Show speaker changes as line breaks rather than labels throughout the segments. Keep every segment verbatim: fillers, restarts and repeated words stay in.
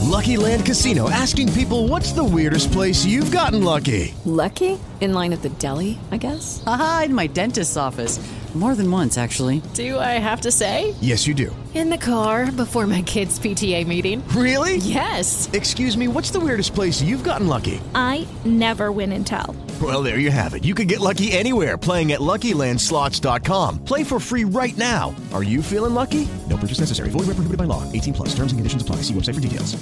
Lucky Land Casino, asking people, what's the weirdest place you've gotten lucky?
Lucky? In line at the deli, I guess?
Aha, in my dentist's office. More than once, actually.
Do I have to say?
Yes, you do.
In the car before my kids' P T A meeting.
Really?
Yes.
Excuse me, what's the weirdest place you've gotten lucky?
I never win and tell.
Well, there you have it. You can get lucky anywhere, playing at Lucky Land Slots dot com. Play for free right now. Are you feeling lucky? No purchase necessary. Void where prohibited by law. eighteen plus. Terms and conditions apply. See website for details.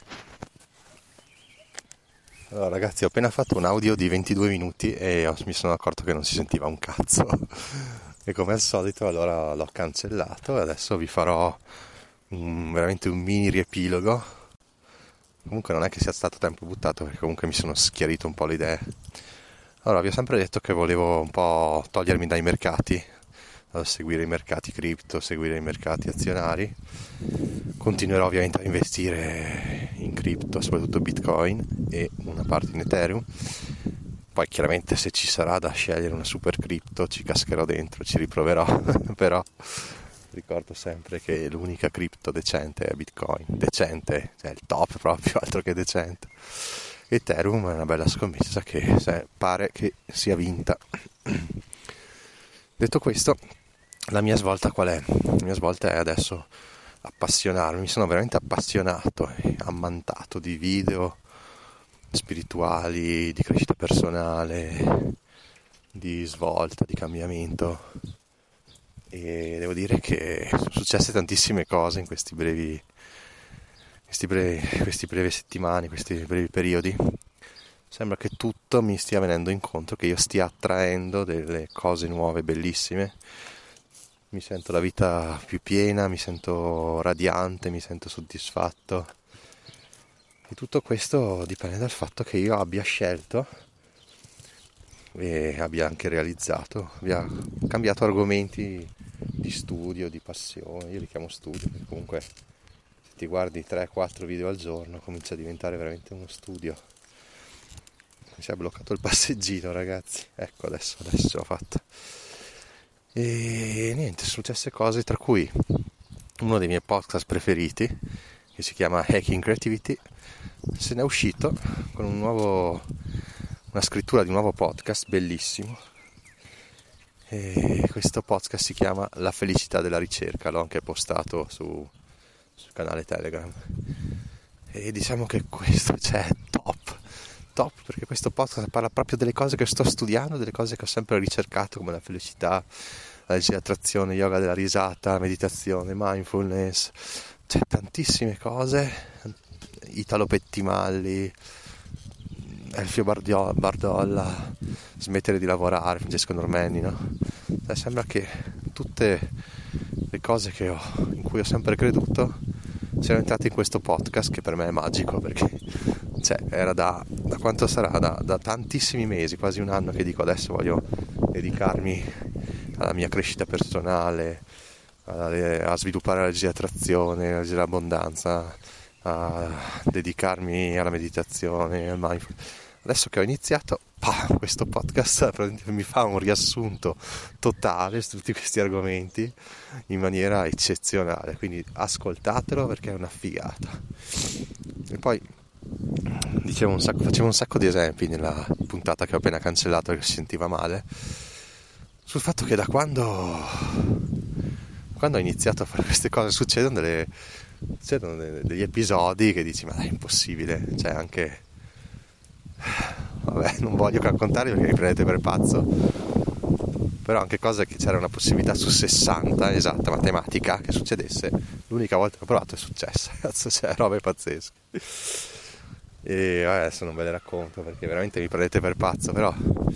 Allora ragazzi, ho appena fatto un audio di ventidue minuti e ho, mi sono accorto che non si sentiva un cazzo. E come al solito allora l'ho cancellato e adesso vi farò un, veramente un mini riepilogo. Comunque non è che sia stato tempo buttato, perché comunque mi sono schiarito un po' le idee. Allora, vi ho sempre detto che volevo un po' togliermi dai mercati, allora, seguire i mercati cripto, seguire i mercati azionari. Continuerò ovviamente a investire in cripto, soprattutto Bitcoin e una parte in Ethereum. Poi chiaramente se ci sarà da scegliere una super cripto ci cascherò dentro, ci riproverò, però ricordo sempre che l'unica cripto decente è Bitcoin, decente, cioè il top proprio, altro che decente. Ethereum è una bella scommessa che se, pare che sia vinta. Detto questo, la mia svolta qual è? La mia svolta è adesso appassionarmi, mi sono veramente appassionato e ammantato di video spirituali, di crescita personale, di svolta, di cambiamento, e devo dire che sono successe tantissime cose in questi brevi questi brevi, questi brevi settimane, questi brevi periodi. Sembra che tutto mi stia venendo incontro, che io stia attraendo delle cose nuove, bellissime. Mi sento la vita più piena, mi sento radiante, mi sento soddisfatto. E tutto questo dipende dal fatto che io abbia scelto e abbia anche realizzato, abbia cambiato argomenti di studio, di passione. Io li chiamo studio, perché comunque se ti guardi tre quattro video al giorno comincia a diventare veramente uno studio. Mi si è bloccato il passeggino, ragazzi. Ecco, adesso, adesso ce l'ho fatta. E niente, sono successe cose, tra cui uno dei miei podcast preferiti, che si chiama Hacking Creativity, se n'è uscito con un nuovo, una scrittura di un nuovo podcast bellissimo. E questo podcast si chiama La felicità della ricerca, l'ho anche postato su, sul canale Telegram. E diciamo che questo c'è, cioè, top, top, perché questo podcast parla proprio delle cose che sto studiando, delle cose che ho sempre ricercato, come la felicità, la legge di attrazione, yoga della risata, meditazione, mindfulness, cioè tantissime cose. Italo Pettimalli, Elfio Bardio, Bardolla, smettere di lavorare, Francesco Normanni, no? Cioè, sembra che tutte le cose che ho, in cui ho sempre creduto siano entrate in questo podcast, che per me è magico, perché cioè, era da, da quanto sarà, da, da tantissimi mesi, quasi un anno, che dico adesso voglio dedicarmi alla mia crescita personale, a, a sviluppare la legge di attrazione, la legge dell'abbondanza, a dedicarmi alla meditazione, al mindfulness. Adesso che ho iniziato, pah, questo podcast mi fa un riassunto totale su tutti questi argomenti in maniera eccezionale, quindi ascoltatelo perché è una figata. E poi dicevo un sacco, facevo un sacco di esempi nella puntata che ho appena cancellato, che si sentiva male, sul fatto che da quando quando ho iniziato a fare queste cose succedono delle C'erano degli episodi che dici ma dai, è impossibile, cioè anche vabbè, non voglio raccontarvi perché mi prendete per pazzo, però anche cose che c'era una possibilità su sessanta esatta matematica che succedesse, l'unica volta che ho provato è successa, cazzo, c'è robe pazzesche. E vabbè, adesso non ve le racconto perché veramente mi prendete per pazzo, però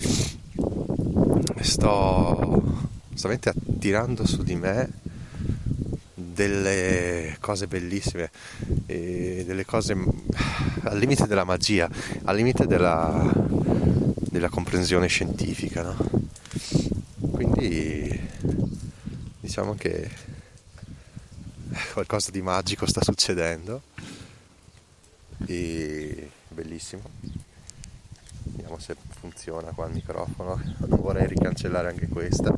sto sto veramente attirando su di me delle cose bellissime, e delle cose al limite della magia, al limite della, della comprensione scientifica, no? Quindi diciamo che qualcosa di magico sta succedendo e bellissimo. Vediamo se funziona qua il microfono, non vorrei ricancellare anche questa.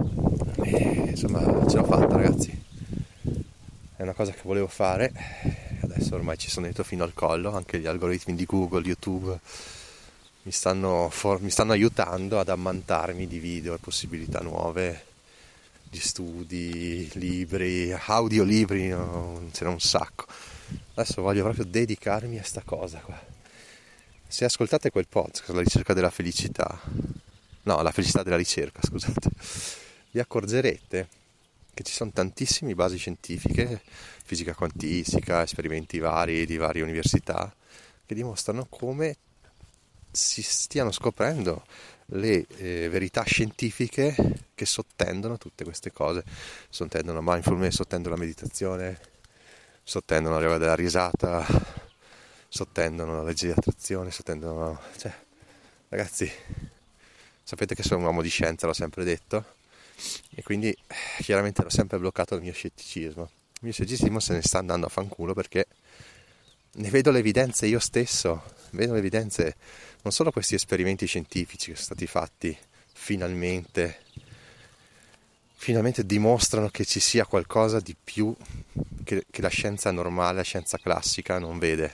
E, insomma, ce l'ho fatta, ragazzi, è una cosa che volevo fare adesso ormai ci sono dentro fino al collo, anche gli algoritmi di Google, YouTube mi stanno, for- mi stanno aiutando ad ammantarmi di video e possibilità nuove, di studi, libri, audiolibri, no? Ce n'è un sacco. Adesso voglio proprio dedicarmi a sta cosa qua. Se ascoltate quel podcast, La ricerca della felicità, no, la felicità della ricerca, scusate, vi accorgerete che ci sono tantissime basi scientifiche, fisica quantistica, esperimenti vari di varie università, che dimostrano come si stiano scoprendo le eh, verità scientifiche che sottendono tutte queste cose, sottendono la mindfulness, sottendono la meditazione, sottendono la regola della risata, sottendono la legge di attrazione, sottendono... cioè, ragazzi, sapete che sono un uomo di scienza, l'ho sempre detto, e quindi chiaramente l'ho sempre bloccato il mio scetticismo. Il mio scetticismo se ne sta andando a fanculo perché ne vedo le evidenze io stesso, vedo le evidenze, non solo questi esperimenti scientifici che sono stati fatti finalmente, finalmente dimostrano che ci sia qualcosa di più che, che la scienza normale, la scienza classica non vede,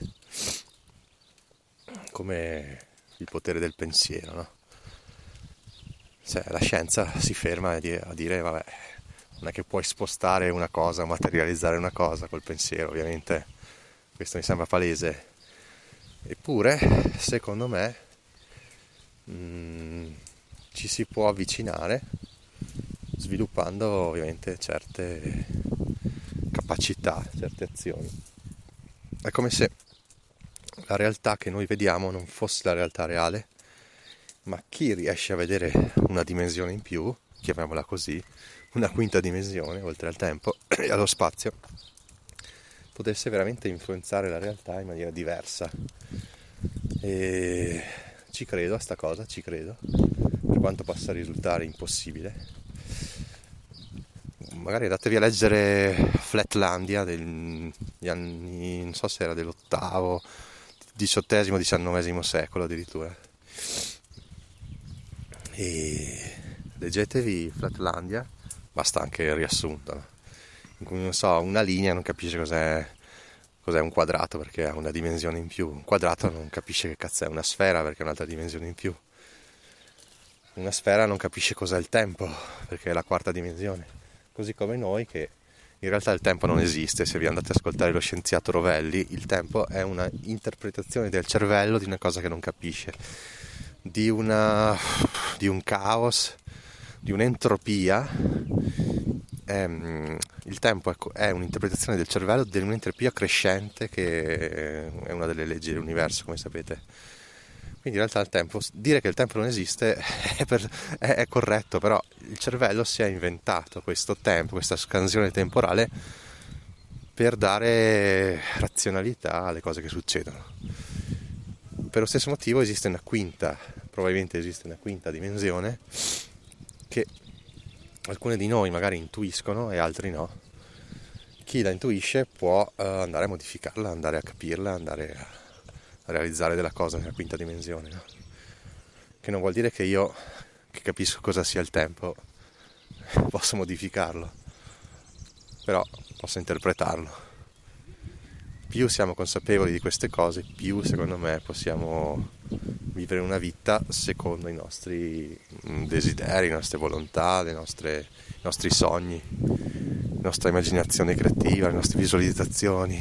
come il potere del pensiero, no? Cioè, la scienza si ferma a dire, a dire vabbè, non è che puoi spostare una cosa, materializzare una cosa col pensiero, ovviamente questo mi sembra palese. Eppure, secondo me, mh, ci si può avvicinare sviluppando ovviamente certe capacità, certe azioni. È come se la realtà che noi vediamo non fosse la realtà reale, ma chi riesce a vedere una dimensione in più, chiamiamola così, una quinta dimensione, oltre al tempo e allo spazio, potesse veramente influenzare la realtà in maniera diversa. E ci credo a sta cosa, ci credo, per quanto possa risultare impossibile. Magari andatevi a leggere Flatlandia degli anni, non so se era dell'ottavo, diciottesimo, diciannovesimo secolo addirittura. E leggetevi Flatlandia, basta anche il riassunto, no? In cui, non so, una linea non capisce cos'è, cos'è un quadrato perché ha una dimensione in più, un quadrato non capisce che cazzo è una sfera perché ha un'altra dimensione in più, una sfera non capisce cos'è il tempo perché è la quarta dimensione, così come noi che in realtà il tempo non esiste. Se vi andate ad ascoltare lo scienziato Rovelli, il tempo è una interpretazione del cervello di una cosa che non capisce, di una di un caos, di un'entropia. Ehm, il tempo è, è un'interpretazione del cervello di un'entropia crescente che è una delle leggi dell'universo, come sapete. Quindi in realtà il tempo, dire che il tempo non esiste è, per, è, è corretto, però il cervello si è inventato questo tempo, questa scansione temporale per dare razionalità alle cose che succedono. Per lo stesso motivo esiste una quinta, probabilmente esiste una quinta dimensione che alcune di noi magari intuiscono e altri no. Chi la intuisce può uh, andare a modificarla, andare a capirla, andare a, a realizzare della cosa nella quinta dimensione, no? Che non vuol dire che io, che capisco cosa sia il tempo, posso modificarlo, però posso interpretarlo. Più siamo consapevoli di queste cose, più secondo me possiamo vivere una vita secondo i nostri desideri, le nostre volontà, le nostre, i nostri sogni, la nostra immaginazione creativa, le nostre visualizzazioni.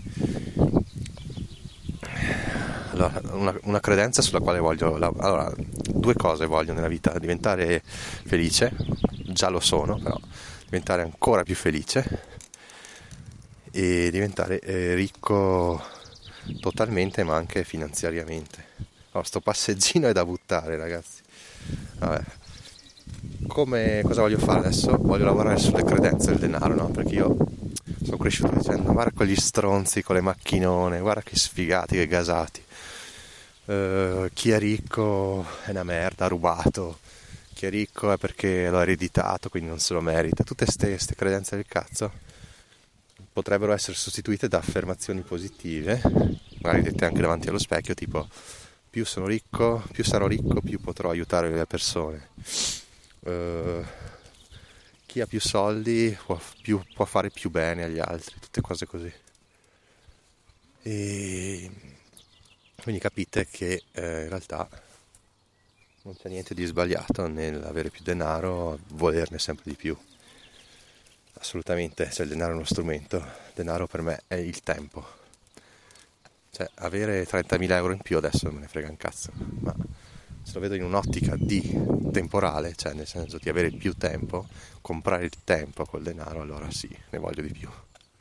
Allora, una, una credenza sulla quale voglio... Allora, due cose voglio nella vita: diventare felice, già lo sono, però diventare ancora più felice e diventare eh, ricco totalmente, ma anche finanziariamente. Oh, sto passeggino è da buttare, ragazzi. Vabbè. Come, cosa voglio fare adesso? Voglio lavorare sulle credenze del denaro, no? Perché io sono cresciuto dicendo: guarda quegli stronzi con le macchinone, guarda che sfigati, che gasati. Uh, chi è ricco è una merda, ha rubato. Chi è ricco è perché l'ho ereditato, quindi non se lo merita. Tutte ste credenze del cazzo potrebbero essere sostituite da affermazioni positive, magari dette anche davanti allo specchio, tipo: più sono ricco, più sarò ricco, più potrò aiutare le persone. Uh, chi ha più soldi può, più, può fare più bene agli altri, tutte cose così. E quindi capite che eh, in realtà non c'è niente di sbagliato nell'avere più denaro, volerne sempre di più. Assolutamente, cioè il denaro è uno strumento, il denaro per me è il tempo. Cioè avere trentamila euro in più adesso non me ne frega un cazzo, ma se lo vedo in un'ottica di temporale, cioè nel senso di avere più tempo, comprare il tempo col denaro, allora sì, ne voglio di più.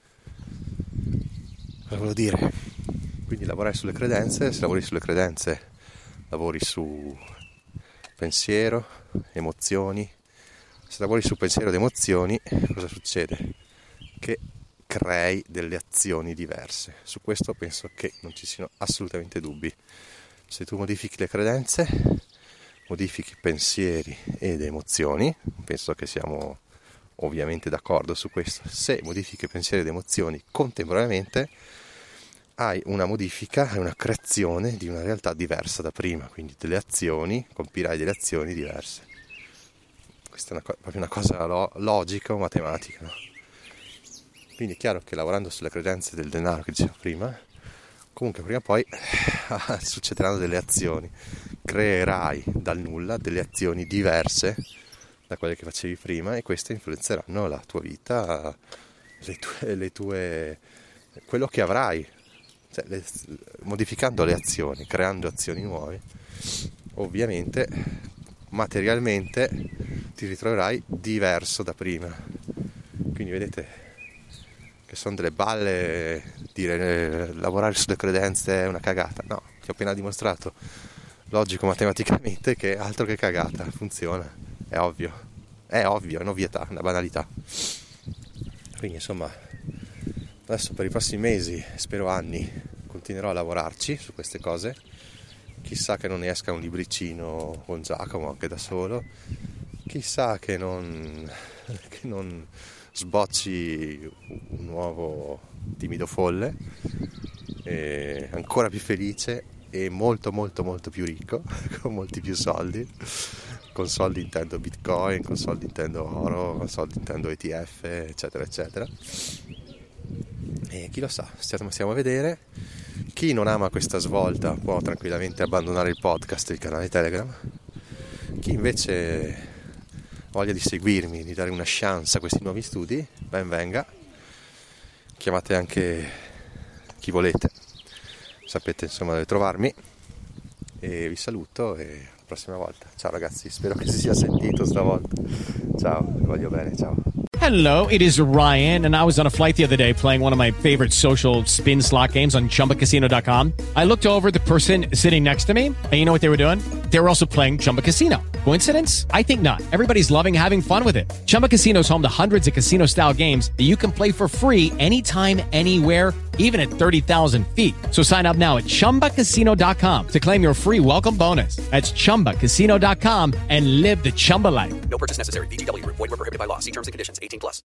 Cosa volevo dire? Quindi lavorare sulle credenze, se lavori sulle credenze lavori su pensiero, emozioni. Se lavori su pensiero ed emozioni, cosa succede? Che crei delle azioni diverse. Su questo penso che non ci siano assolutamente dubbi. Se tu modifichi le credenze, modifichi pensieri ed emozioni, penso che siamo ovviamente d'accordo su questo. Se modifichi pensieri ed emozioni contemporaneamente, hai una modifica, hai una creazione di una realtà diversa da prima, quindi delle azioni, compirai delle azioni diverse. Questa è una co- proprio una cosa lo- logica o matematica, no? Quindi è chiaro che lavorando sulle credenze del denaro che dicevo prima, comunque prima o poi succederanno delle azioni, creerai dal nulla delle azioni diverse da quelle che facevi prima e queste influenzeranno la tua vita, le tue, le tue quello che avrai, cioè, le, modificando le azioni, creando azioni nuove, ovviamente materialmente ti ritroverai diverso da prima. Quindi vedete che sono delle balle dire eh, lavorare sulle credenze è una cagata. No, ti ho appena dimostrato logico matematicamente che altro che cagata, funziona, è ovvio, è ovvio, è un'ovvietà, una banalità. Quindi insomma adesso per i prossimi mesi, spero anni, continuerò a lavorarci su queste cose. Chissà che non ne esca un libricino con Giacomo anche da solo, chissà che non, che non sbocci un nuovo Timido Folle, e ancora più felice e molto molto molto più ricco, con molti più soldi. Con soldi intendo bitcoin, con soldi intendo oro, con soldi intendo E T F, eccetera eccetera. E chi lo sa, stiamo, stiamo a vedere. Chi non ama questa svolta può tranquillamente abbandonare il podcast e il canale Telegram. Chi invece ha voglia di seguirmi, di dare una chance a questi nuovi studi, ben venga. Chiamate anche chi volete, sapete insomma dove trovarmi. E vi saluto e alla prossima volta. Ciao ragazzi, spero che si sia sentito stavolta. Ciao, vi voglio bene, ciao.
Hello, it is Ryan, and I was on a flight the other day playing one of my favorite social spin slot games on Chumba Casino dot com. I looked over at the person sitting next to me, and you know what they were doing? They were also playing Chumba Casino. Coincidence? I think not. Everybody's loving having fun with it. Chumba Casino is home to hundreds of casino-style games that you can play for free anytime, anywhere, even at thirty thousand feet. So sign up now at Chumba Casino dot com to claim your free welcome bonus. That's Chumba Casino dot com and live the Chumba life.
No purchase necessary. V G W. Void where prohibited by law. See terms and conditions. eighteen plus.